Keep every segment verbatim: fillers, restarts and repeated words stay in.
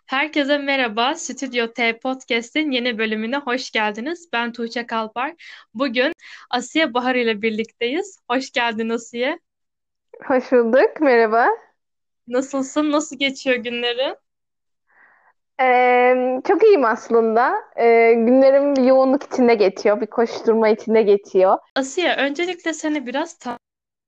Herkese merhaba. Stüdyo T Podcast'in yeni bölümüne hoş geldiniz. Ben Tuğçe Kalpar. Bugün Asiye Bahar ile birlikteyiz. Hoş geldin Asiye. Hoş bulduk. Merhaba. Nasılsın? Nasıl geçiyor günleri? Ee, çok iyiyim aslında. Ee, günlerim bir yoğunluk içinde geçiyor. Bir koşturma içinde geçiyor. Asiye, öncelikle seni biraz tan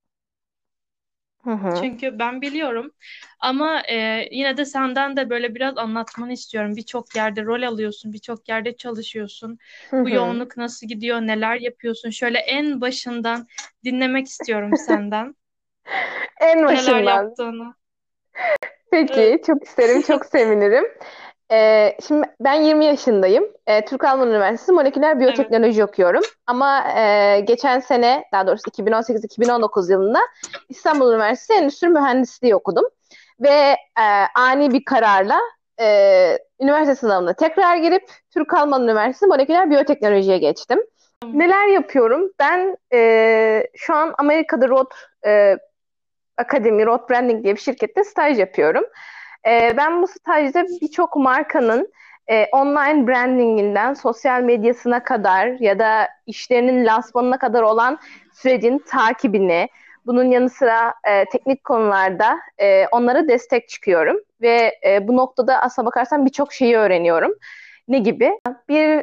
Hı hı. çünkü ben biliyorum ama e, yine de senden de böyle biraz anlatmanı istiyorum. Birçok yerde rol alıyorsun, birçok yerde çalışıyorsun. Hı Bu hı. yoğunluk nasıl gidiyor, neler yapıyorsun? Şöyle en başından dinlemek istiyorum senden En neler başından. yaptığını. Evet. Peki, çok isterim, çok sevinirim. Ee, şimdi ben yirmi yaşındayım. Ee, Türk Alman Üniversitesi Moleküler Evet. Biyoteknoloji okuyorum. Ama e, geçen sene, daha doğrusu iki bin on sekiz-iki bin on dokuz yılında İstanbul Üniversitesi Endüstri Mühendisliği okudum. Ve e, ani bir kararla e, üniversite sınavına tekrar girip Türk Alman Üniversitesi Moleküler Biyoteknoloji'ye geçtim. Tamam. Neler yapıyorum? Ben e, şu an Amerika'da Rot e, Akademi, Rot Branding diye bir şirkette staj yapıyorum. Ee, ben bu stajda birçok markanın e, online brandinginden sosyal medyasına kadar ya da işlerinin lansmanına kadar olan sürecin takibini, bunun yanı sıra e, teknik konularda e, onlara destek çıkıyorum. Ve e, bu noktada aslına bakarsan birçok şeyi öğreniyorum. Ne gibi? Bir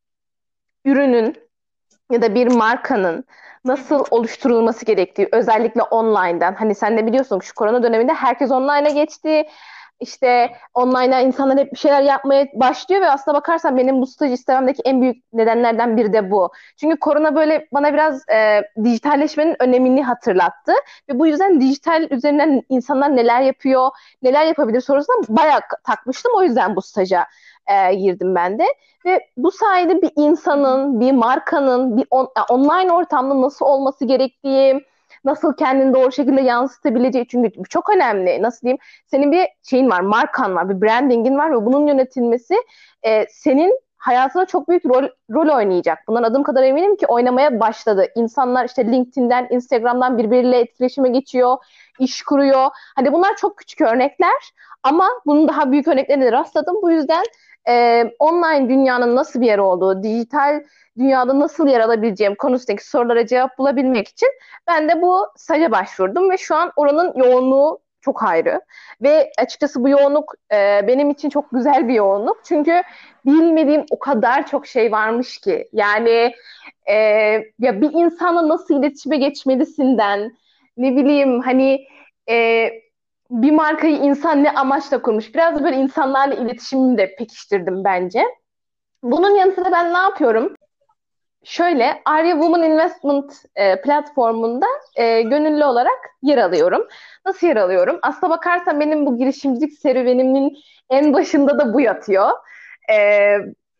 ürünün ya da bir markanın Hı hı. nasıl oluşturulması gerektiği, özellikle online'dan. Hani sen de biliyorsun şu korona döneminde herkes online'a geçti. İşte online'dan insanlar hep bir şeyler yapmaya başlıyor ve aslına bakarsan benim bu stajı istememdeki en büyük nedenlerden biri de bu. Çünkü korona böyle bana biraz e, dijitalleşmenin önemini hatırlattı ve bu yüzden dijital üzerinden insanlar neler yapıyor, neler yapabilir sorusuna bayağı takmıştım. O yüzden bu staja e, girdim ben de. Ve bu sayede bir Hı hı. insanın, bir markanın, bir on- online ortamda nasıl olması gerektiği, nasıl kendini doğru şekilde yansıtabileceği, çünkü bu çok önemli. Nasıl diyeyim? Senin bir şeyin var, markan var, bir brandingin var ve bunun yönetilmesi e, senin hayatına çok büyük rol, rol oynayacak. Bundan adım kadar eminim ki oynamaya başladı. İnsanlar işte LinkedIn'den, Instagram'dan birbiriyle etkileşime geçiyor, iş kuruyor. Hani bunlar çok küçük örnekler ama bunun daha büyük örneklerine de rastladım. Bu yüzden e, online dünyanın nasıl bir yer olduğu, dijital dünyada nasıl yer alabileceğim konusundaki sorulara cevap bulabilmek için ben de bu staja başvurdum ve şu an oranın yoğunluğu çok ayrı. Ve açıkçası bu yoğunluk e, benim için çok güzel bir yoğunluk. Çünkü bilmediğim o kadar çok şey varmış ki. Yani e, ya bir insanla nasıl iletişime geçmelisinden, ne bileyim hani e, bir markayı insan ne amaçla kurmuş. Biraz da böyle insanlarla iletişimimi de pekiştirdim bence. Bunun yanı sıra ben ne yapıyorum? Şöyle, Arya Women Investment e, platformunda e, gönüllü olarak yer alıyorum. Nasıl yer alıyorum? Aslına bakarsan benim bu girişimcilik serüvenimin en başında da bu yatıyor. E,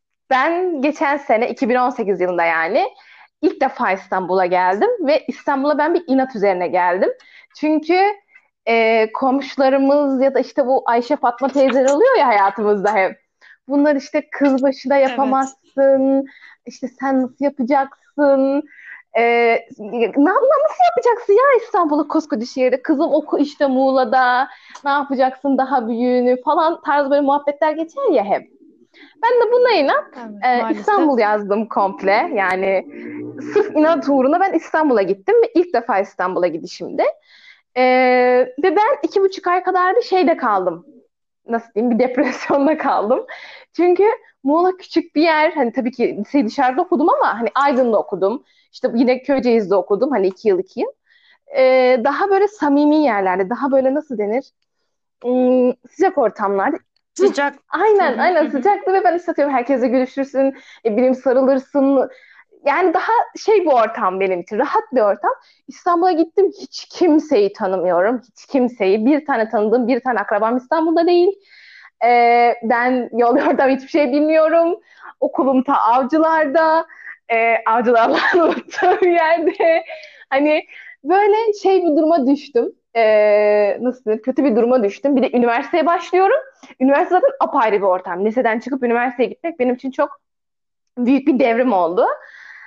Ben geçen sene iki bin on sekiz yılında yani ilk defa İstanbul'a geldim ve İstanbul'a ben bir inat üzerine geldim. Çünkü e, komşularımız ya da işte bu Ayşe Fatma teyzeler oluyor ya hayatımızda hep. Bunlar işte kız başına Evet. yapamazsın, işte sen nasıl yapacaksın, e, ne, nasıl yapacaksın ya İstanbul'u koskoca şehirde, kızım oku işte Muğla'da, ne yapacaksın daha büyüğünü falan tarz böyle muhabbetler geçer ya hep. Ben de buna inat Evet, e, maalesef. İstanbul yazdım komple. Yani sırf inat uğruna ben İstanbul'a gittim ve ilk defa İstanbul'a gidişimdi. E, Ve ben iki buçuk ay kadar bir şeyde kaldım. Nasıl diyeyim? Bir depresyonda kaldım. Çünkü Muğla küçük bir yer. Hani tabii ki liseyi dışarıda okudum ama hani Aydın'da okudum. İşte yine Köyceğiz'de okudum. Hani iki yıl iki yıl. E, daha böyle samimi yerlerde, daha böyle nasıl denir? Hmm, sıcak ortamlarda. Hı, Sıcak. Hı aynen hı, hı aynen hı. sıcaklığı ve ben istiyorum. Herkese görüşürsün, e, bilim sarılırsın. Yani daha şey bir ortam benim için, rahat bir ortam. İstanbul'a gittim, hiç kimseyi tanımıyorum. Hiç kimseyi. Bir tane tanıdığım, bir tane akrabam İstanbul'da değil. Ee, ben yol yordam hiçbir şey bilmiyorum. Okulum ta Avcılar'da. Ee, Avcılar'la unuttuğum yerde. Hani böyle şey bir duruma düştüm. Ee, nasıl diyeyim? Kötü bir duruma düştüm. Bir de üniversiteye başlıyorum. Üniversite zaten apayrı bir ortam. Liseden çıkıp üniversiteye gitmek benim için çok büyük bir devrim oldu.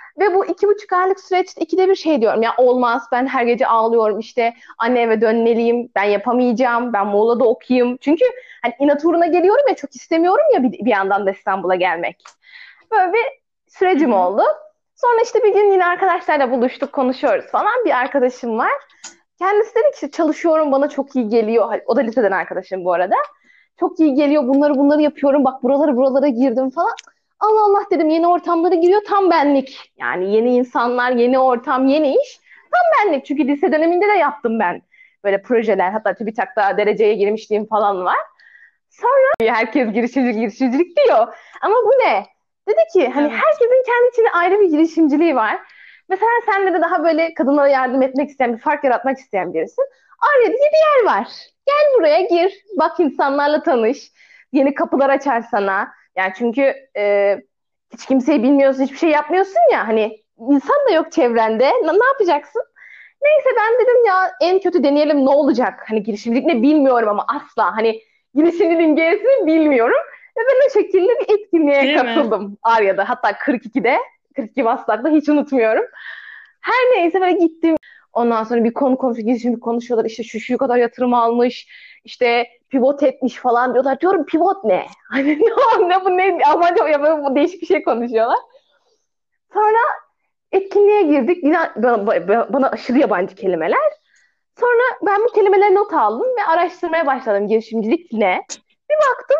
Ve bu iki buçuk aylık süreçte ikide bir şey diyorum. Ya olmaz, ben her gece ağlıyorum işte, anne eve dönmeliyim, ben yapamayacağım, ben Muğla'da okuyayım. Çünkü hani inat uğruna geliyorum ya, çok istemiyorum ya bir, bir yandan da İstanbul'a gelmek. Böyle bir Hı sürecim hı. oldu. Sonra işte bir gün yine arkadaşlarla buluştuk, konuşuyoruz falan. Bir arkadaşım var. Kendisi dedi ki işte çalışıyorum, bana çok iyi geliyor. O da liseden arkadaşım bu arada. Çok iyi geliyor, bunları bunları yapıyorum. Bak buraları buralara girdim falan. Allah Allah dedim, yeni ortamlara giriyor, tam benlik. Yani yeni insanlar, yeni ortam, yeni iş. Tam benlik. Çünkü lise döneminde de yaptım ben böyle projeler. Hatta TÜBİTAK'ta daha dereceye girmişliğim falan var. Sonra herkes girişimcilik girişimcilik diyor. Ama bu ne? Dedi ki hani Evet. herkesin kendi içinde ayrı bir girişimciliği var. Mesela sende de daha böyle kadınlara yardım etmek isteyen, bir fark yaratmak isteyen birisin. Arya diye bir yer var. Gel buraya gir. Bak, insanlarla tanış. Yeni kapılar açar sana. Yani çünkü e, hiç kimseyi bilmiyorsun, hiçbir şey yapmıyorsun ya. Hani insan da yok çevrende. Ne, ne yapacaksın? Neyse ben dedim ya, en kötü deneyelim, ne olacak? Hani girişimcilik ne bilmiyorum ama asla. Hani girişimciliğin gerisini bilmiyorum. Ve ben o şekilde bir etkinliğe Değil mi? katıldım Arya'da. Hatta kırk ikide, kırk iki Maslak'ta, hiç unutmuyorum. Her neyse böyle gittim. Ondan sonra bir konu konuşuyor, girişimci konuşuyorlar. İşte şu şu kadar yatırım almış, işte pivot etmiş falan diyorlar. Diyorum pivot ne? Hani ne, ne bu ne? Amacı ya, böyle bu değişik bir şey konuşuyorlar. Sonra etkinliğe girdik. Yine bana, bana aşırı yabancı kelimeler. Sonra ben bu kelimeleri not aldım ve araştırmaya başladım, girişimcilik ne? Bir baktım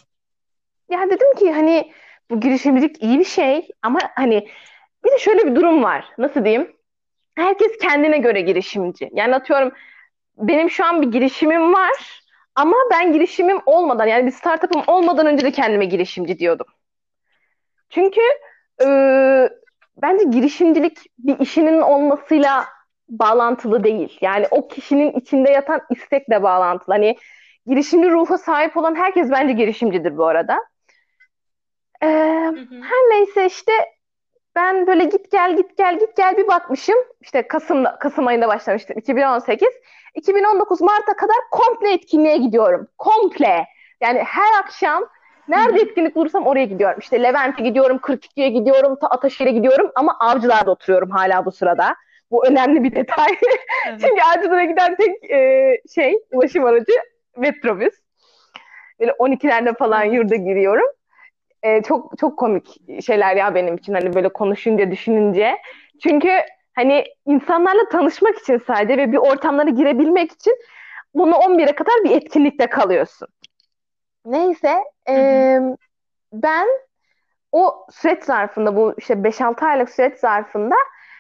ya, dedim ki hani bu girişimcilik iyi bir şey ama hani bir de şöyle bir durum var. Nasıl diyeyim? Herkes kendine göre girişimci. Yani atıyorum, benim şu an bir girişimim var ama ben girişimim olmadan, yani bir startup'ım olmadan önce de kendime girişimci diyordum. Çünkü e, bence girişimcilik bir işinin olmasıyla bağlantılı değil. Yani o kişinin içinde yatan istekle bağlantılı. Hani girişimci ruha sahip olan herkes bence girişimcidir bu arada. E, Hı hı. Her neyse işte, ben böyle git gel git gel git gel bir bakmışım. İşte Kasım Kasım ayında başlamıştım, iki bin on sekiz. iki bin on dokuz Mart'a kadar komple etkinliğe gidiyorum. Komple. Yani her akşam Hı nerede hı. etkinlik bulursam oraya gidiyorum. İşte Levent'e gidiyorum, kırk ikiye gidiyorum, ta Ataşehir'e gidiyorum ama Avcılar'da oturuyorum hala bu sırada. Bu önemli bir detay. Evet. Çünkü Avcılar'a giden tek e, şey, ulaşım aracı metrobüs. Böyle on ikilerde falan yurda Evet. giriyorum. E, çok çok komik şeyler ya benim için, hani böyle konuşunca, düşününce. Çünkü hani insanlarla tanışmak için sadece ve bir ortamlara girebilmek için bunu on bire kadar bir etkinlikte kalıyorsun. Neyse, e, Hı hı. ben o süreç zarfında, bu işte beş altı aylık süreç zarfında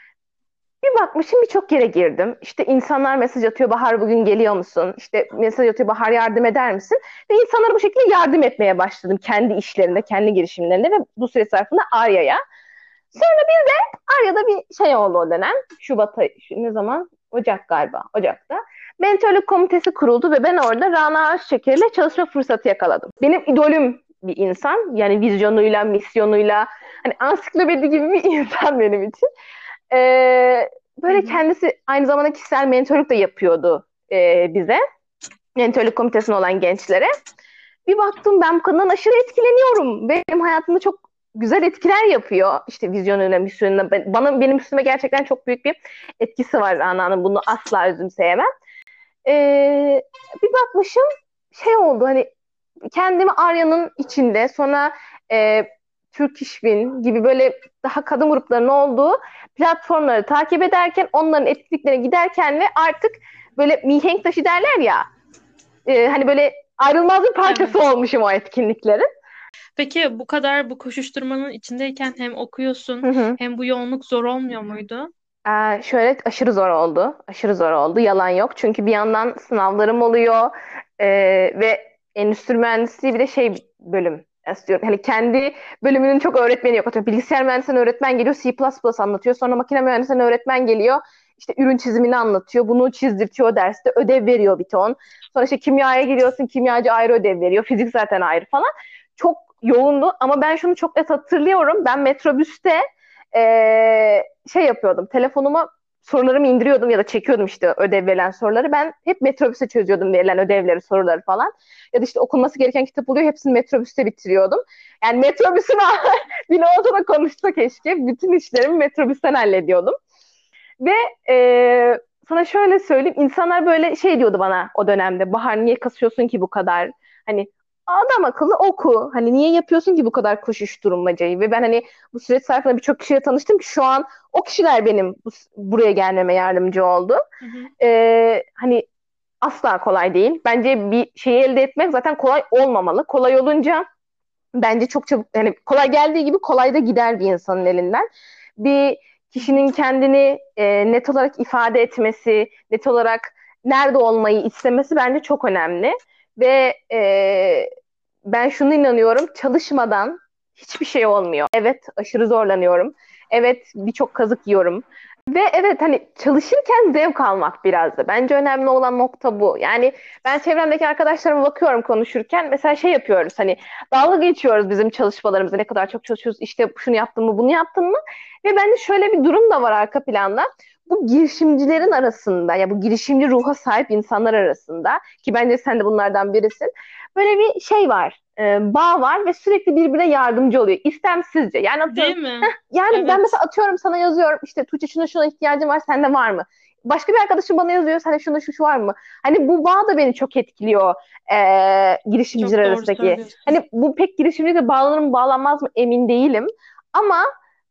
bir bakmışım birçok yere girdim. İşte insanlar mesaj atıyor, Bahar bugün geliyor musun? İşte mesaj atıyor, Bahar yardım eder misin? Ve insanlara bu şekilde yardım etmeye başladım. Kendi işlerinde, kendi girişimlerinde ve bu süreç zarfında Arya'ya. Sonra bir de Arya'da bir şey oldu o dönem. Şubat ayı, şu, ne zaman? Ocak galiba, Ocak'ta. Mentörlük komitesi kuruldu ve ben orada Rana Özçeker ile çalışma fırsatı yakaladım. Benim idolüm bir insan. Yani vizyonuyla, misyonuyla, hani ansiklopedi gibi bir insan benim için. Ee, Hı Böyle hı. kendisi aynı zamanda kişisel mentörlük de yapıyordu e, bize. Mentörlük komitesine olan gençlere. Bir baktım ben bu kadından aşırı etkileniyorum. Benim hayatımda çok güzel etkiler yapıyor. İşte vizyonuyla, misyonuyla. Bana, benim üstüme gerçekten çok büyük bir etkisi var Rana'nın. Bunu asla üzümseyemem. Ee, Bir bakmışım şey oldu, hani kendimi Arya'nın içinde, sonra e, Türk İş Bin gibi böyle daha kadın gruplarının olduğu platformları takip ederken, onların etkinliklerine giderken ve artık böyle mihenk taşı derler ya, e, hani böyle ayrılmaz bir parçası Evet. olmuşum o etkinliklerin. Peki bu kadar bu koşuşturmanın içindeyken hem Hı okuyorsun hı. hem bu yoğunluk zor olmuyor muydu? Ee, şöyle aşırı zor oldu. Aşırı zor oldu. Yalan yok. Çünkü bir yandan sınavlarım oluyor ee, ve endüstri mühendisliği bir de şey bölüm istiyorum. Hani kendi bölümünün çok öğretmeni yok. Atıyorum, bilgisayar mühendisliğinden öğretmen geliyor, C++ anlatıyor. Sonra makine mühendisliğinden öğretmen geliyor, işte ürün çizimini anlatıyor. Bunu çizdirtiyor derste. Ödev veriyor bir ton. Sonra işte kimyaya giriyorsun. Kimyacı ayrı ödev veriyor. Fizik zaten ayrı falan. Çok yoğundu ama ben şunu çok net hatırlıyorum. Ben metrobüste ee, şey yapıyordum. Telefonuma sorularımı indiriyordum ya da çekiyordum işte ödev verilen soruları. Ben hep metrobüste çözüyordum verilen ödevleri, soruları falan. Ya da işte okunması gereken kitap oluyor. Hepsini metrobüste bitiriyordum. Yani metrobüsün bile olsa da konuşsa keşke. Bütün işlerimi metrobüsten hallediyordum. Ve e, sana şöyle söyleyeyim. İnsanlar böyle şey diyordu bana o dönemde. Bahar niye kasıyorsun ki bu kadar? Hani adam akıllı oku. Hani niye yapıyorsun ki bu kadar koşuşturmacayı? Ve ben hani bu süreç zarfında birçok kişiyle tanıştım ki şu an o kişiler benim bu, buraya gelmeme yardımcı oldu. Hı hı. E, hani asla kolay değil. Bence bir şeyi elde etmek zaten kolay olmamalı. Kolay olunca bence çok çabuk, yani kolay geldiği gibi kolay da gider bir insanın elinden. Bir Hı hı. kişinin kendini e, net olarak ifade etmesi, net olarak nerede olmayı istemesi bence çok önemli. Ve e, ben şunu inanıyorum, çalışmadan hiçbir şey olmuyor. Evet, aşırı zorlanıyorum. Evet, birçok kazık yiyorum. Ve evet hani çalışırken zevk almak biraz da. Bence önemli olan nokta bu. Yani ben çevremdeki arkadaşlarıma bakıyorum konuşurken mesela şey yapıyoruz hani dalga geçiyoruz bizim çalışmalarımızda ne kadar çok çalışıyoruz işte şunu yaptın mı bunu yaptın mı ve bence şöyle bir durum da var arka planda bu girişimcilerin arasında ya bu girişimci ruha sahip insanlar arasında ki bence sen de bunlardan birisin böyle bir şey var e, bağ var ve sürekli birbirine yardımcı oluyor istemsizce yani atıyorum Değil mi? yani ben Evet. mesela atıyorum sana yazıyorum işte Tuğçe şuna şuna ihtiyacım var sende var mı? Başka bir arkadaşım bana yazıyor sende şuna şu şu var mı? Hani bu bağ da beni çok etkiliyor e, girişimciler Çok doğru arasındaki. söylüyorsun. Hani bu pek girişimcilikle bağlanır mı bağlanmaz mı emin değilim. Ama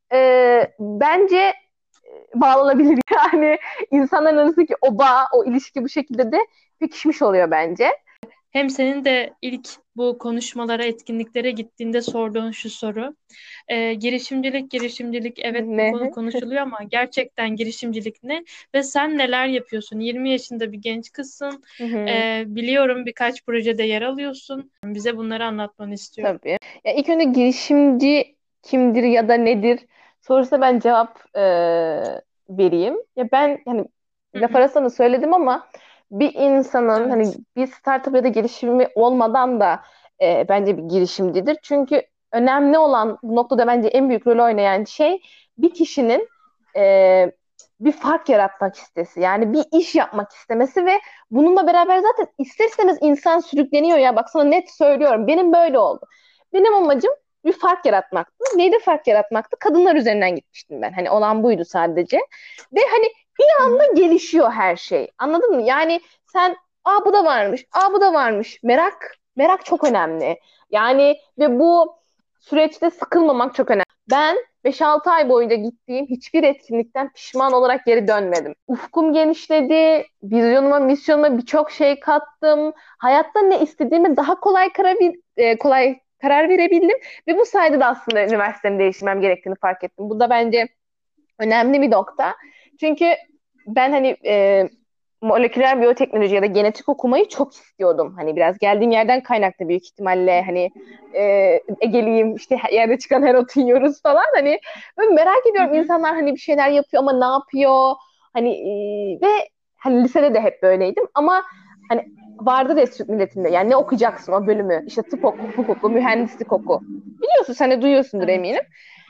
e, bence e, bağlanabilir yani insanların arasındaki o bağ, o ilişki bu şekilde de pekişmiş oluyor bence. Hem senin de ilk bu konuşmalara, etkinliklere gittiğinde sorduğun şu soru. Ee, girişimcilik, girişimcilik evet bu konu Ne? konuşuluyor ama gerçekten girişimcilik ne? Ve sen neler yapıyorsun? yirmi yaşında bir genç kızsın. Hı hı. Ee, biliyorum birkaç projede yer alıyorsun. Bize bunları anlatmanı istiyorum. Tabii. Ya ilk önce girişimci kimdir ya da nedir sorusuna ben cevap e, vereyim. Ya ben hani Hı laf hı. arasında da söyledim ama bir insanın hani Evet. bir startup ya da girişimi olmadan da e, bence bir girişimcidir. Çünkü önemli olan bu noktada bence en büyük rol oynayan şey bir kişinin e, bir fark yaratmak istesi. Yani bir iş yapmak istemesi ve bununla beraber zaten ister istemez insan sürükleniyor ya. Bak sana net söylüyorum. Benim böyle oldu. Benim amacım bir fark yaratmaktı. Neydi fark yaratmaktı? Kadınlar üzerinden gitmiştim ben. Hani olan buydu sadece. Ve hani Hı hı. gelişiyor her şey. Anladın mı? Yani sen aa bu da varmış, aa bu da varmış. Merak, merak çok önemli. Yani ve bu süreçte sıkılmamak çok önemli. Ben beş altı ay boyunca gittiğim hiçbir etkinlikten pişman olarak geri dönmedim. Ufkum genişledi, vizyonuma, misyonuma birçok şey kattım. Hayatta ne istediğime daha kolay karar, e, kolay karar verebildim ve bu sayede de aslında üniversitemi değiştirmem gerektiğini fark ettim. Bu da bence önemli bir nokta. Çünkü ben hani e, moleküler biyoteknoloji ya da genetik okumayı çok istiyordum. Hani biraz geldiğim yerden kaynaklı büyük ihtimalle hani e, Egeliyim işte her yerde çıkan her otu yiyoruz falan. Hani böyle merak Hı ediyorum hı. insanlar hani bir şeyler yapıyor ama ne yapıyor? Hani e, ve hani lisede de hep böyleydim ama hani vardı da Türk milletinde yani ne okuyacaksın o bölümü? İşte tıp oku, hukuk oku, mühendislik oku. Biliyorsun sen de duyuyorsundur eminim. Evet.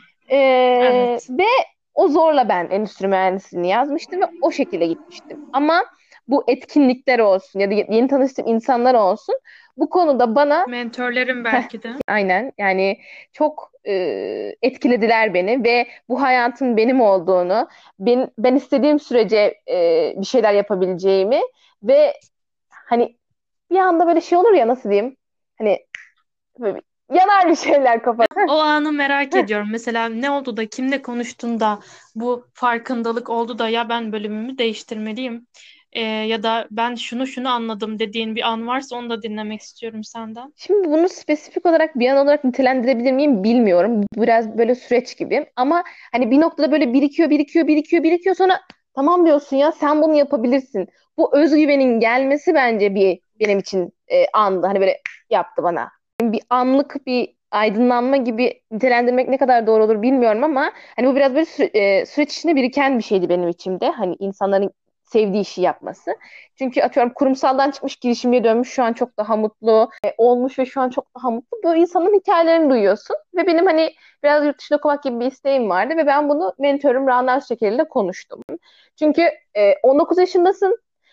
Ee, Evet. ve o zorla ben endüstri mühendisliğini yazmıştım ve o şekilde gitmiştim. Ama bu etkinlikler olsun ya da yeni tanıştığım insanlar olsun bu konuda bana Mentörlerim belki de. aynen yani çok e, etkilediler beni ve bu hayatın benim olduğunu, ben, ben istediğim sürece e, bir şeyler yapabileceğimi ve hani bir anda böyle şey olur ya nasıl diyeyim hani böyle bir- yanar bir şeyler kafa. O anı merak ediyorum. Mesela ne oldu da kimle konuştun da bu farkındalık oldu da ya ben bölümümü değiştirmeliyim. Ee, ya da ben şunu şunu anladım dediğin bir an varsa onu da dinlemek istiyorum senden. Şimdi bunu spesifik olarak bir an olarak nitelendirebilir miyim bilmiyorum. Bu biraz böyle süreç gibi. Ama hani bir noktada böyle birikiyor, birikiyor, birikiyor, birikiyor. Sonra tamam diyorsun ya sen bunu yapabilirsin. Bu özgüvenin gelmesi bence bir benim için e, andı. Hani böyle yaptı bana. Bir anlık bir aydınlanma gibi nitelendirmek ne kadar doğru olur bilmiyorum ama hani bu biraz böyle süre- e, süreç içinde biriken bir şeydi benim içimde. Hani insanların sevdiği işi yapması. Çünkü atıyorum kurumsaldan çıkmış girişimciye dönmüş şu an çok daha mutlu e, olmuş ve şu an çok daha mutlu. Bu insanın hikayelerini duyuyorsun ve benim hani biraz yurt dışında okumak gibi bir isteğim vardı ve ben bunu mentorum Rana Özçeker ile konuştum. Çünkü e, on dokuz yaşındasın.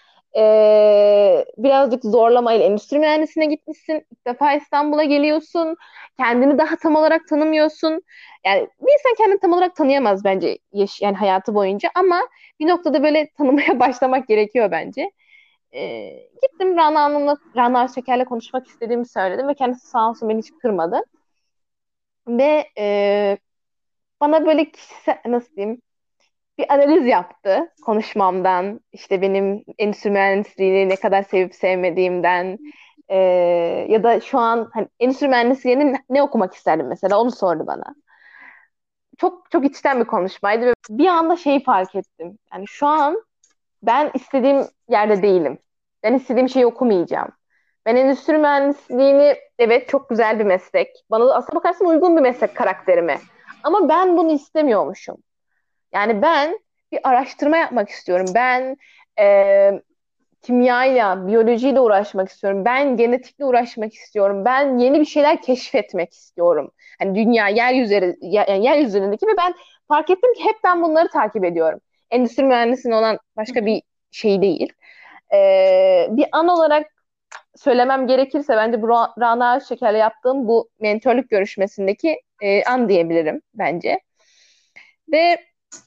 Ee, birazcık zorlamayla endüstri mühendisliğine gitmişsin. İlk defa İstanbul'a geliyorsun. Kendini daha tam olarak tanımıyorsun. Yani bir insan kendini tam olarak tanıyamaz bence yaş yani hayatı boyunca ama bir noktada böyle tanımaya başlamak gerekiyor bence. Ee, gittim Rana Hanım'la, Rana Özçeker'le konuşmak istediğimi söyledim ve kendisi sağ olsun beni hiç kırmadı. Ve e, bana böyle kişisel, nasıl diyeyim, bir analiz yaptı konuşmamdan, işte benim endüstri mühendisliğini ne kadar sevip sevmediğimden, e, ya da şu an hani endüstri mühendisliğini ne okumak isterdim mesela onu sordu bana. Çok çok içten bir konuşmaydı ve bir anda şeyi fark ettim. Yani şu an ben istediğim yerde değilim. Ben istediğim şeyi okumayacağım. Ben endüstri mühendisliğini evet çok güzel bir meslek. Bana da aslına bakarsan uygun bir meslek karakterime. Ama ben bunu istemiyormuşum. Yani ben bir araştırma yapmak istiyorum. Ben e, kimyayla, biyolojiyle uğraşmak istiyorum. Ben genetikle uğraşmak istiyorum. Ben yeni bir şeyler keşfetmek istiyorum. Hani dünya, yeryüzü, yani yeryüzündeki ve ben fark ettim ki hep ben bunları takip ediyorum. Endüstri mühendisliği olan Hı başka hı. bir şey değil. E, bir an olarak söylemem gerekirse bence bu Ra- Rana Özçeker'le yaptığım bu mentörlük görüşmesindeki e, an diyebilirim bence. Ve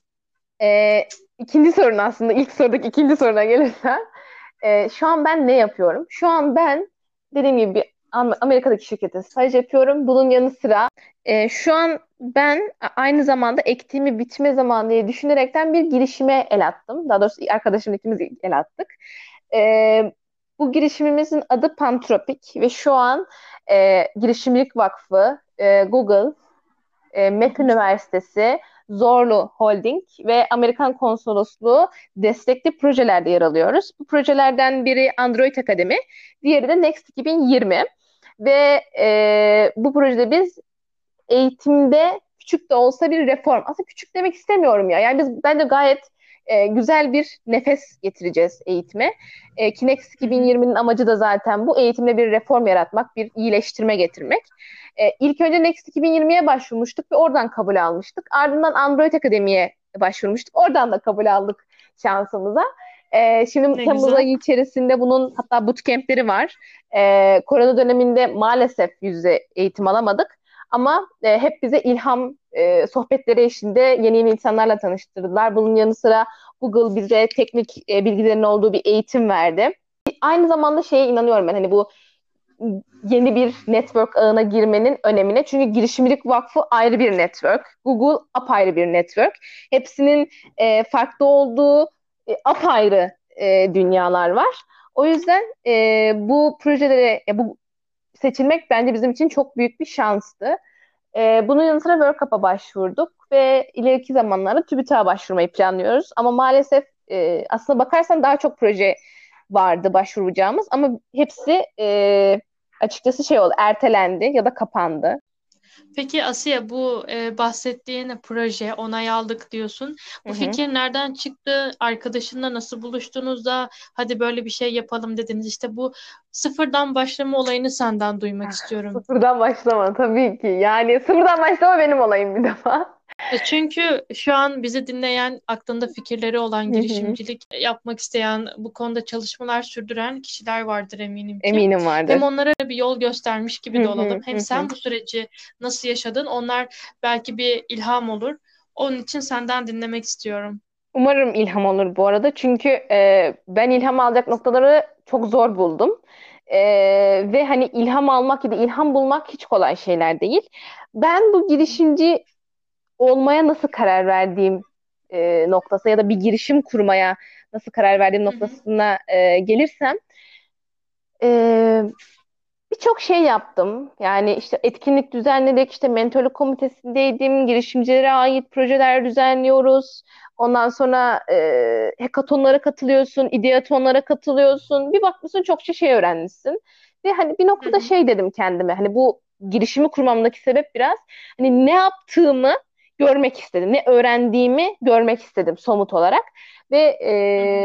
Ee, ikinci sorun aslında ilk sorudaki ikinci soruna gelirsen. Ee, şu an ben ne yapıyorum? Şu an ben dediğim gibi bir Am- Amerika'daki şirkete staj yapıyorum. Bunun yanı sıra e, şu an ben a- aynı zamanda ektiğimi biçme zamanı diye düşünerekten bir girişime el attım. Daha doğrusu arkadaşımla ikimiz el attık. Ee, bu girişimimizin adı Pantropik ve şu an e, Girişimcilik Vakfı, e, Google, e, Hı M E P hı. Üniversitesi, Zorlu Holding ve Amerikan Konsolosluğu destekli projelerde yer alıyoruz. Bu projelerden biri Android Akademi, diğeri de Next iki bin yirmi. Ve e, bu projede biz eğitimde küçük de olsa bir reform. Aslında küçük demek istemiyorum ya. Yani biz bence gayet e, güzel bir nefes getireceğiz eğitime. E, Kinex Hı hı. iki bin yirminin amacı da zaten bu. Eğitimde bir reform yaratmak, bir iyileştirme getirmek. E, ilk önce Next iki bin yirmiye başvurmuştuk ve oradan kabul almıştık. Ardından Android Akademi'ye başvurmuştuk. Oradan da kabul aldık şansımıza. E, şimdi Ne Temmuz güzel. ayı içerisinde bunun hatta bootcamp'leri var. E, korona döneminde maalesef yüz yüze eğitim alamadık. Ama e, hep bize ilham e, sohbetleri eşliğinde yeni yeni insanlarla tanıştırdılar. Bunun yanı sıra Google bize teknik e, bilgilerin olduğu bir eğitim verdi. Aynı zamanda şeye inanıyorum ben hani bu yeni bir network ağına girmenin önemine. Çünkü Girişimcilik Vakfı ayrı bir network. Google apayrı bir network. Hepsinin e, farklı olduğu e, apayrı e, dünyalar var. O yüzden e, bu projelere, e, bu seçilmek bence bizim için çok büyük bir şanstı. Ee, bunun yanı sıra World Cup'a başvurduk ve ileriki zamanlarda TÜBİTAK'a başvurmayı planlıyoruz. Ama maalesef e, aslına bakarsan daha çok proje vardı başvuracağımız ama hepsi e, açıkçası şey oldu, ertelendi ya da kapandı. Peki Asiye, bu e, bahsettiğin proje onay aldık diyorsun. Hı Bu hı. fikir nereden çıktı? Arkadaşınla nasıl buluştunuz da hadi böyle bir şey yapalım dediniz. İşte bu sıfırdan başlama olayını senden duymak istiyorum. Sıfırdan başlama tabii ki. Yani sıfırdan başlama benim olayım bir defa. E, Çünkü şu an bizi dinleyen, aklında fikirleri olan, Hı hı. girişimcilik yapmak isteyen, bu konuda çalışmalar sürdüren kişiler vardır eminim ki. Eminim Hem vardır. onlara bir yol göstermiş Hı gibi de olalım. hı, Hem hı hı. sen bu süreci nasıl yaşadın, onlar belki bir ilham olur. Onun için senden dinlemek istiyorum. Umarım ilham olur bu arada. Çünkü e, ben ilham alacak noktaları çok zor buldum. E, ve hani ilham almak ya da ilham bulmak hiç kolay şeyler değil. Ben bu girişimci olmaya nasıl karar verdiğim e, noktası ya da bir girişim kurmaya nasıl karar verdiğim Hı hı. noktasına e, gelirsem e, birçok şey yaptım. Yani işte etkinlik düzenledik, işte mentorluk komitesindeydim, girişimcilere ait projeler düzenliyoruz. Ondan sonra e, hackathonlara katılıyorsun, ideatonlara katılıyorsun. Bir bakmışsın çokça şey öğrenmişsin. Ve hani bir Hı noktada hı. şey dedim kendime, hani bu girişimi kurmamdaki sebep biraz hani ne yaptığımı görmek istedim, ne öğrendiğimi görmek istedim somut olarak. Ve Hı hı.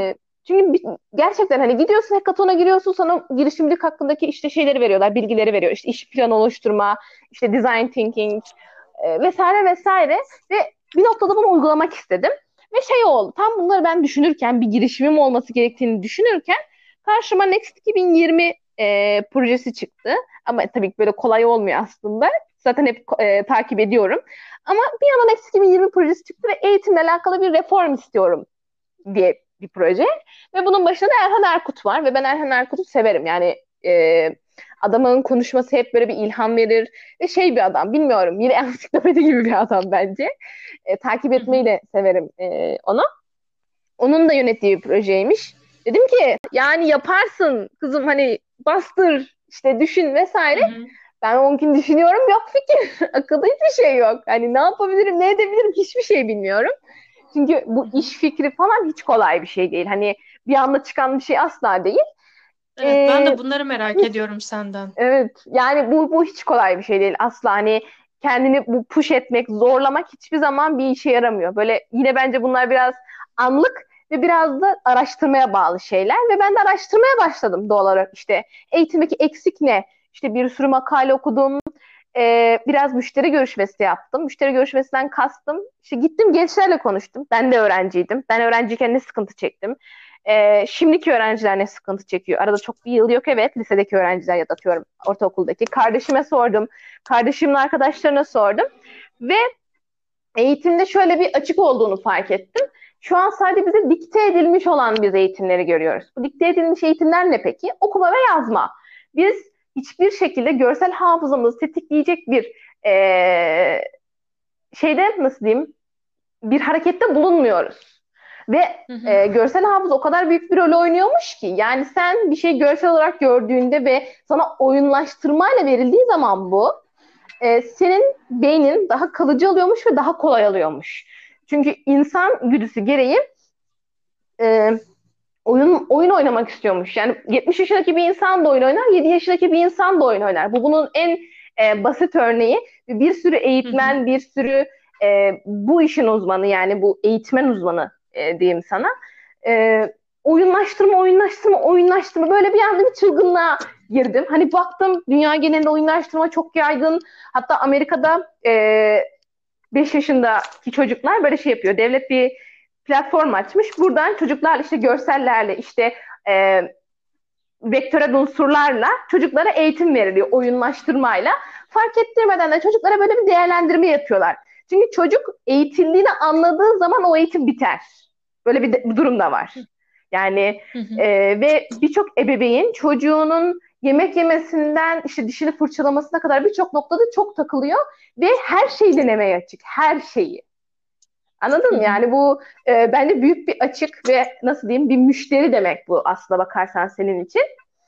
Çünkü bir- gerçekten hani gidiyorsun hackathon'a giriyorsun, sana girişimcilik hakkındaki işte şeyleri veriyorlar, bilgileri veriyor. İşte iş planı oluşturma, işte design thinking e, vesaire vesaire. Ve bir noktada bunu uygulamak istedim. Ve şey oldu, tam bunları ben düşünürken, bir girişimim olması gerektiğini düşünürken karşıma Next iki bin yirmi e, projesi çıktı. Ama tabii ki böyle kolay olmuyor aslında. Zaten hep e, takip ediyorum. Ama bir yana Next iki bin yirmi projesi çıktı ve eğitimle alakalı bir reform istiyorum diye bir proje. Ve bunun başında da Erhan Erkut var ve ben Erhan Erkut'u severim. Yani e, adamın konuşması hep böyle bir ilham verir ve şey bir adam, bilmiyorum, yine ansiklopedi gibi bir adam bence. E, takip Hı hı. etmeyi de severim e, onu. Onun da yönettiği bir projeymiş. Dedim ki yani yaparsın kızım, hani bastır işte, düşün vesaire. Hı hı. Ben onunkini düşünüyorum, yok fikir. Akılda hiçbir şey yok. Hani ne yapabilirim, ne edebilirim, hiçbir şey bilmiyorum. Çünkü Hı bu hı. iş fikri falan hiç kolay bir şey değil. Hani bir anda çıkan bir şey asla değil. Evet, ben Ee, de bunları merak ediyorum senden. evet, yani bu, bu hiç kolay bir şey değil asla. Hani kendini bu push etmek, zorlamak hiçbir zaman bir işe yaramıyor. Böyle yine bence bunlar biraz anlık ve biraz da araştırmaya bağlı şeyler. Ve ben de araştırmaya başladım doğal olarak. İşte eğitimdeki eksik ne? İşte bir sürü makale okudum. Ee, biraz müşteri görüşmesi yaptım. Müşteri görüşmesinden kastım, İşte gittim gençlerle konuştum. Ben de öğrenciydim. Ben öğrenciyken ne sıkıntı çektim. Ee, şimdiki öğrenciler ne sıkıntı çekiyor? Arada çok bir yıl yok, evet. Lisedeki öğrenciler ya da atıyorum ortaokuldaki. Kardeşime sordum. Kardeşimin arkadaşlarına sordum. Ve eğitimde şöyle bir açık olduğunu fark ettim. Şu an sadece bize dikte edilmiş olan biz eğitimleri görüyoruz. Bu dikte edilmiş eğitimler ne peki? Okuma ve yazma. Biz hiçbir şekilde görsel hafızamızı tetikleyecek bir eee, şeyde, nasıl diyeyim, bir harekette bulunmuyoruz. Ve Hı hı. e, görsel hafıza o kadar büyük bir rol oynuyormuş ki, yani sen bir şey görsel olarak gördüğünde ve sana oyunlaştırmayla verildiği zaman bu e, senin beynin daha kalıcı alıyormuş ve daha kolay alıyormuş. Çünkü insan güdüsü gereği e, oyun oyun oynamak istiyormuş. Yani yetmiş yaşındaki bir insan da oyun oynar, yedi yaşındaki bir insan da oyun oynar. Bu bunun en e, basit örneği. Bir sürü Hı hı. eğitmen, bir sürü e, bu işin uzmanı, yani bu eğitmen uzmanı e, diyeyim sana. E, oyunlaştırma, oyunlaştırma, oyunlaştırma, böyle bir anda bir çılgınlığa girdim. Hani baktım dünya genelinde oyunlaştırma çok yaygın. Hatta Amerika'da e, beş yaşındaki çocuklar böyle şey yapıyor. Devlet bir platform açmış. Buradan çocuklar işte görsellerle, işte e, vektörel unsurlarla çocuklara eğitim veriliyor, oyunlaştırmayla. Fark ettirmeden de çocuklara böyle bir değerlendirme yapıyorlar. Çünkü çocuk eğitildiğini anladığı zaman o eğitim biter. Böyle bir, de, bir durum da var. Yani Hı hı. e, ve birçok ebeveyn çocuğunun yemek yemesinden işte dişini fırçalamasına kadar birçok noktada çok takılıyor ve her şeyi denemeye açık, her şeyi. Hı Anladın mı? hı. Yani bu e, bence büyük bir açık ve nasıl diyeyim, bir müşteri demek bu aslına bakarsan senin için.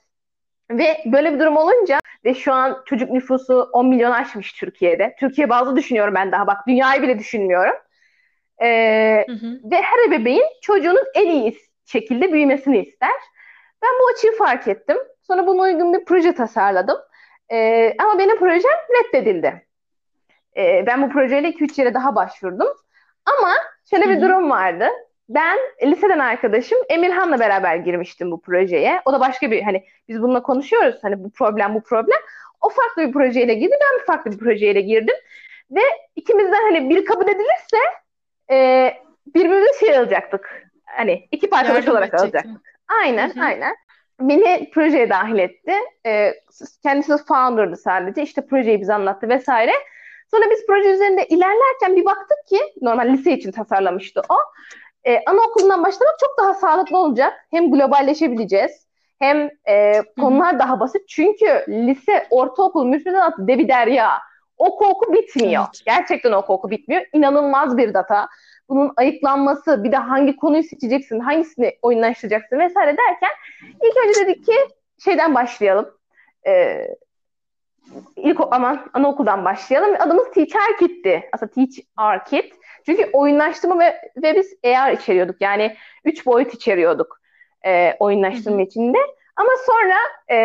Ve böyle bir durum olunca ve şu an çocuk nüfusu on milyon aşmış Türkiye'de. Türkiye bazlı düşünüyorum ben daha, bak dünyayı bile düşünmüyorum. E, Hı hı. ve her ebeveyn çocuğunun en iyi şekilde büyümesini ister. Ben bu açığı fark ettim. Sonra buna uygun bir proje tasarladım. E, ama benim projem reddedildi. E, ben bu projeyle iki üç yere daha başvurdum. Ama şöyle Hı bir hı. durum vardı. Ben liseden arkadaşım Emirhan'la beraber girmiştim bu projeye. O da başka bir, hani biz bununla konuşuyoruz, hani bu problem bu problem. O farklı bir projeyle girdi, ben farklı bir projeyle girdim. Ve ikimizden hani biri kabul edilirse e, birbirimizi şey alacaktık. Hani ekip arkadaşı Yardım olarak edecektim. alacaktık. Hı Aynen, hı. aynen. Beni projeye dahil etti. E, kendisi founder'dı sadece. İşte projeyi bize anlattı vesaire. Sonra biz proje üzerinde ilerlerken bir baktık ki, normal lise için tasarlamıştı o. Ee, anaokulundan başlamak çok daha sağlıklı olacak. Hem globalleşebileceğiz, hem e, Hı hı. konular daha basit. Çünkü lise, ortaokul, müfredatı debi derya. Oku oku bitmiyor. Evet. Gerçekten oku oku bitmiyor. İnanılmaz bir data. Bunun ayıklanması, bir de hangi konuyu seçeceksin, hangisini oyunlaştıracaksın vesaire derken ilk önce dedik ki şeyden başlayalım. Ee, ilk aman anaokuldan başlayalım. Adımız Teacher Kit'ti. Aslında Teach Our Kit. Çünkü oyunlaştırma ve, ve biz A R içeriyorduk. Yani üç boyut içeriyorduk e, Hı oyunlaştırma hı. içinde. Ama sonra e,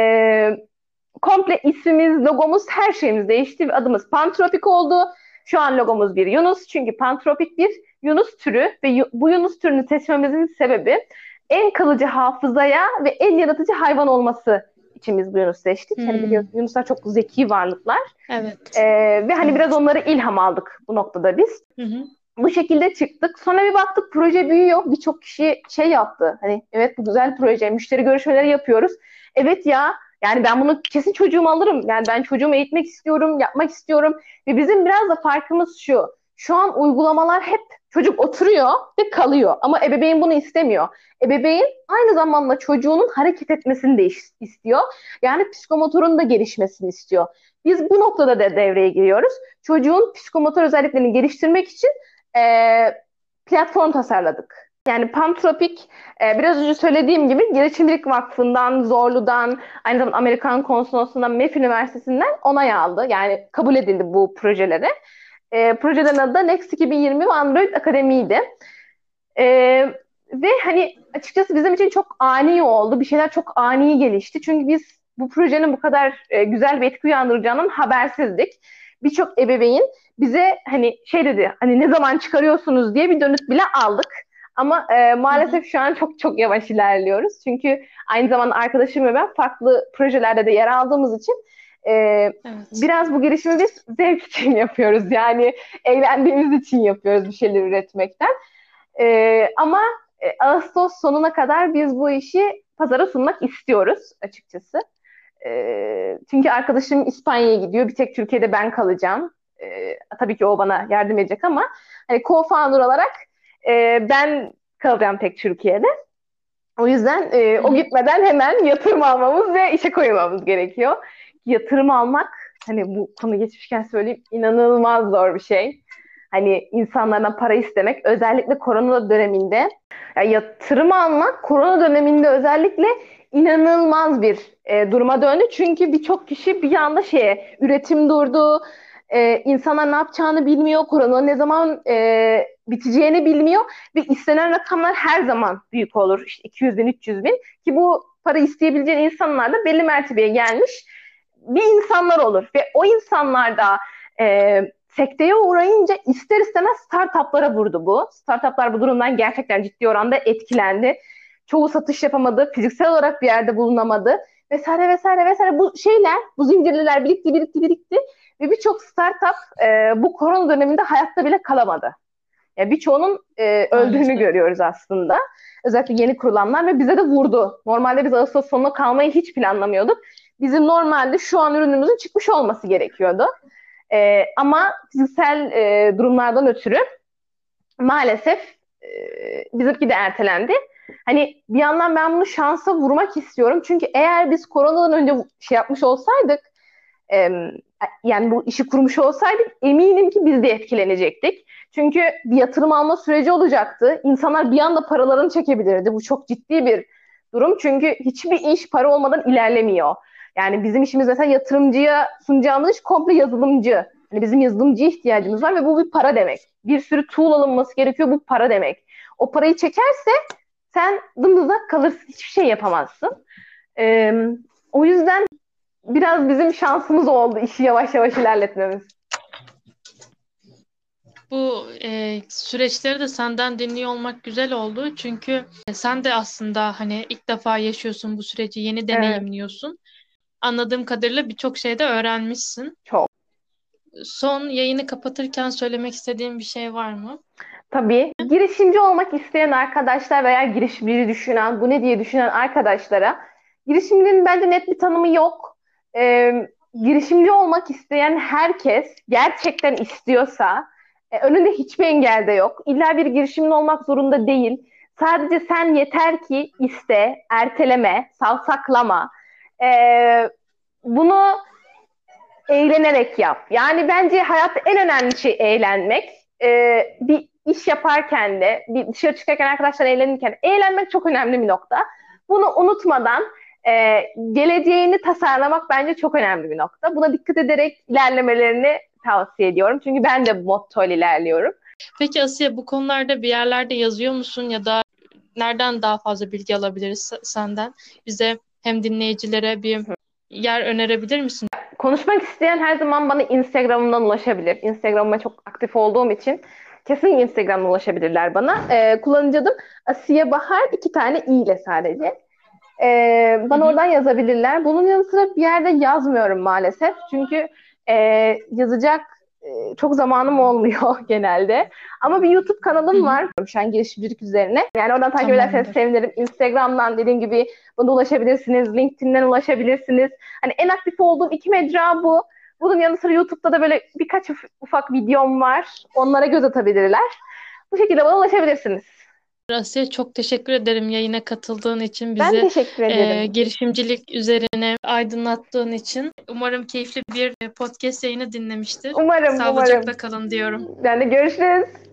komple ismimiz, logomuz, her şeyimiz değişti. Adımız Pantropik oldu. Şu an logomuz bir Yunus. Çünkü Pantropik bir Yunus türü ve yu, bu Yunus türünü seçmemizin sebebi en kalıcı hafızaya ve en yaratıcı hayvan olması için biz bu Yunus'u seçtik. Hmm. Hani biliyorsun Yunuslar çok zeki varlıklar. Evet. Ee, ve hani Evet. biraz onları ilham aldık bu noktada biz. Hı hı. Bu şekilde çıktık. Sonra bir baktık proje büyüyor. Birçok kişi şey yaptı. Hani evet bu güzel proje. Müşteri görüşmeleri yapıyoruz. Evet ya yani ben bunu kesin çocuğumu alırım. Yani ben çocuğumu eğitmek istiyorum, yapmak istiyorum. Ve bizim biraz da farkımız şu. Şu an uygulamalar hep çocuk oturuyor ve kalıyor. Ama ebeveyn bunu istemiyor. Ebeveyn aynı zamanda çocuğunun hareket etmesini de istiyor. Yani psikomotorun da gelişmesini istiyor. Biz bu noktada da devreye giriyoruz. Çocuğun psikomotor özelliklerini geliştirmek için e, platform tasarladık. Yani Pantropik e, biraz önce söylediğim gibi Girişimcilik Vakfı'ndan, Zorlu'dan, aynı zamanda Amerikan Konsolosluğu'ndan, M E F Üniversitesi'nden onay aldı. Yani kabul edildi bu projelere. E, projelerin adı da Next iki bin yirmi ve Android Akademi'ydi. E, ve hani açıkçası bizim için çok ani oldu. Bir şeyler çok ani gelişti. Çünkü biz bu projenin bu kadar e, güzel bir etki uyandıracağından habersizdik. Birçok ebeveyn bize hani şey dedi, hani ne zaman çıkarıyorsunuz diye bir dönüt bile aldık. Ama e, maalesef şu an çok çok yavaş ilerliyoruz. Çünkü aynı zamanda arkadaşım ve ben farklı projelerde de yer aldığımız için e, Evet. biraz bu girişimi biz zevk için yapıyoruz. Yani eğlendiğimiz için yapıyoruz bir şeyler üretmekten. E, ama e, Ağustos sonuna kadar biz bu işi pazara sunmak istiyoruz açıkçası. E, çünkü arkadaşım İspanya'ya gidiyor. Bir tek Türkiye'de ben kalacağım. E, tabii ki o bana yardım edecek ama hani co-founder olarak e, ben kalacağım tek Türkiye'de. O yüzden e, o gitmeden hemen yatırım almamız ve işe koyulmamız gerekiyor. Yatırım almak, hani bu konu geçmişken söyleyeyim, inanılmaz zor bir şey. Hani insanlardan para istemek, özellikle korona döneminde. Ya yatırım almak korona döneminde özellikle inanılmaz bir e, duruma döndü. Çünkü birçok kişi bir anda şeye, üretim durdu, e, insanlar ne yapacağını bilmiyor, korona ne zaman e, biteceğini bilmiyor ve istenen rakamlar her zaman büyük olur. İşte iki yüz bin, üç yüz bin ki bu para isteyebileceğin insanlar da belli mertebeye gelmiş bir insanlar olur ve o insanlar da e, sekteye uğrayınca ister istemez startuplara vurdu bu. Startuplar bu durumdan gerçekten ciddi oranda etkilendi. Çoğu satış yapamadı, fiziksel olarak bir yerde bulunamadı vesaire vesaire vesaire. Bu şeyler, bu zincirler birikti birikti birikti ve birçok startup e, bu korona döneminde hayatta bile kalamadı. Yani birçoğunun e, öldüğünü Maalesef. görüyoruz aslında. Özellikle yeni kurulanlar ve bize de vurdu. Normalde biz Ağustos sonuna kalmayı hiç planlamıyorduk. Bizim normalde şu an ürünümüzün çıkmış olması gerekiyordu. E, ama fiziksel e, durumlardan ötürü maalesef e, bizimki de ertelendi. Hani bir yandan ben bunu şansa vurmak istiyorum. Çünkü eğer biz koronadan önce şey yapmış olsaydık, e, yani bu işi kurmuş olsaydık eminim ki biz de etkilenecektik. Çünkü bir yatırım alma süreci olacaktı. İnsanlar bir anda paralarını çekebilirdi. Bu çok ciddi bir durum. Çünkü hiçbir iş para olmadan ilerlemiyor. Yani bizim işimiz mesela yatırımcıya sunacağımız iş komple yazılımcı. Hani bizim yazılımcıya ihtiyacımız var ve bu bir para demek. Bir sürü tool alınması gerekiyor, bu para demek. O parayı çekerse sen dımdızlak kalırsın, hiçbir şey yapamazsın. Ee, o yüzden biraz bizim şansımız oldu işi yavaş yavaş ilerletmemiz. Bu e, süreçleri de senden dinliyor olmak güzel oldu. Çünkü sen de aslında hani ilk defa yaşıyorsun bu süreci, yeni deneyimliyorsun. Anladığım kadarıyla birçok şey de öğrenmişsin. Çok. Son yayını kapatırken söylemek istediğin bir şey var mı? Tabii. Girişimci olmak isteyen arkadaşlar veya girişimci düşünen, bu ne diye düşünen arkadaşlara girişimcinin bence net bir tanımı yok. Ee, girişimci olmak isteyen herkes gerçekten istiyorsa e, önünde hiçbir engel de yok. İlla bir girişimci olmak zorunda değil. Sadece sen yeter ki iste, erteleme, savsaklama. Ee, bunu eğlenerek yap. Yani bence hayatta en önemli şey eğlenmek. Ee, bir iş yaparken de, bir dışarı çıkarken arkadaşlar eğlenirken eğlenmek çok önemli bir nokta. Bunu unutmadan e, geleceğini tasarlamak bence çok önemli bir nokta. Buna dikkat ederek ilerlemelerini tavsiye ediyorum. Çünkü ben de bu motto ile ilerliyorum. Peki Asiye, bu konularda bir yerlerde yazıyor musun ya da nereden daha fazla bilgi alabiliriz senden? Bize hem dinleyicilere bir yer önerebilir misin? Konuşmak isteyen her zaman bana Instagram'dan ulaşabilir. Instagram'ıma çok aktif olduğum için Kesin Instagram'dan ulaşabilirler bana. Ee, kullanıcı adım Asiye Bahar, iki tane i ile sadece. Ee, Hı bana hı. oradan yazabilirler. Bunun yanı sıra bir yerde yazmıyorum maalesef. Çünkü e, yazacak e, çok zamanım olmuyor genelde. Ama bir YouTube Hı kanalım hı. var şu an girişimcilik üzerine. Yani oradan takip ederseniz Tamamdır. sevinirim. Instagram'dan dediğim gibi bana ulaşabilirsiniz. LinkedIn'den ulaşabilirsiniz. Hani en aktif olduğum iki mecra bu. Bunun yanı sıra YouTube'da da böyle birkaç uf- ufak videom var. Onlara göz atabilirler. Bu şekilde bana ulaşabilirsiniz. Asya, çok teşekkür ederim yayına katıldığın için, Ben bizi teşekkür e, ederim. girişimcilik üzerine aydınlattığın için. Umarım keyifli bir podcast yayını dinlemiştir. Umarım, umarım. Sağlıcakla kalın diyorum. Ben de görüşürüz.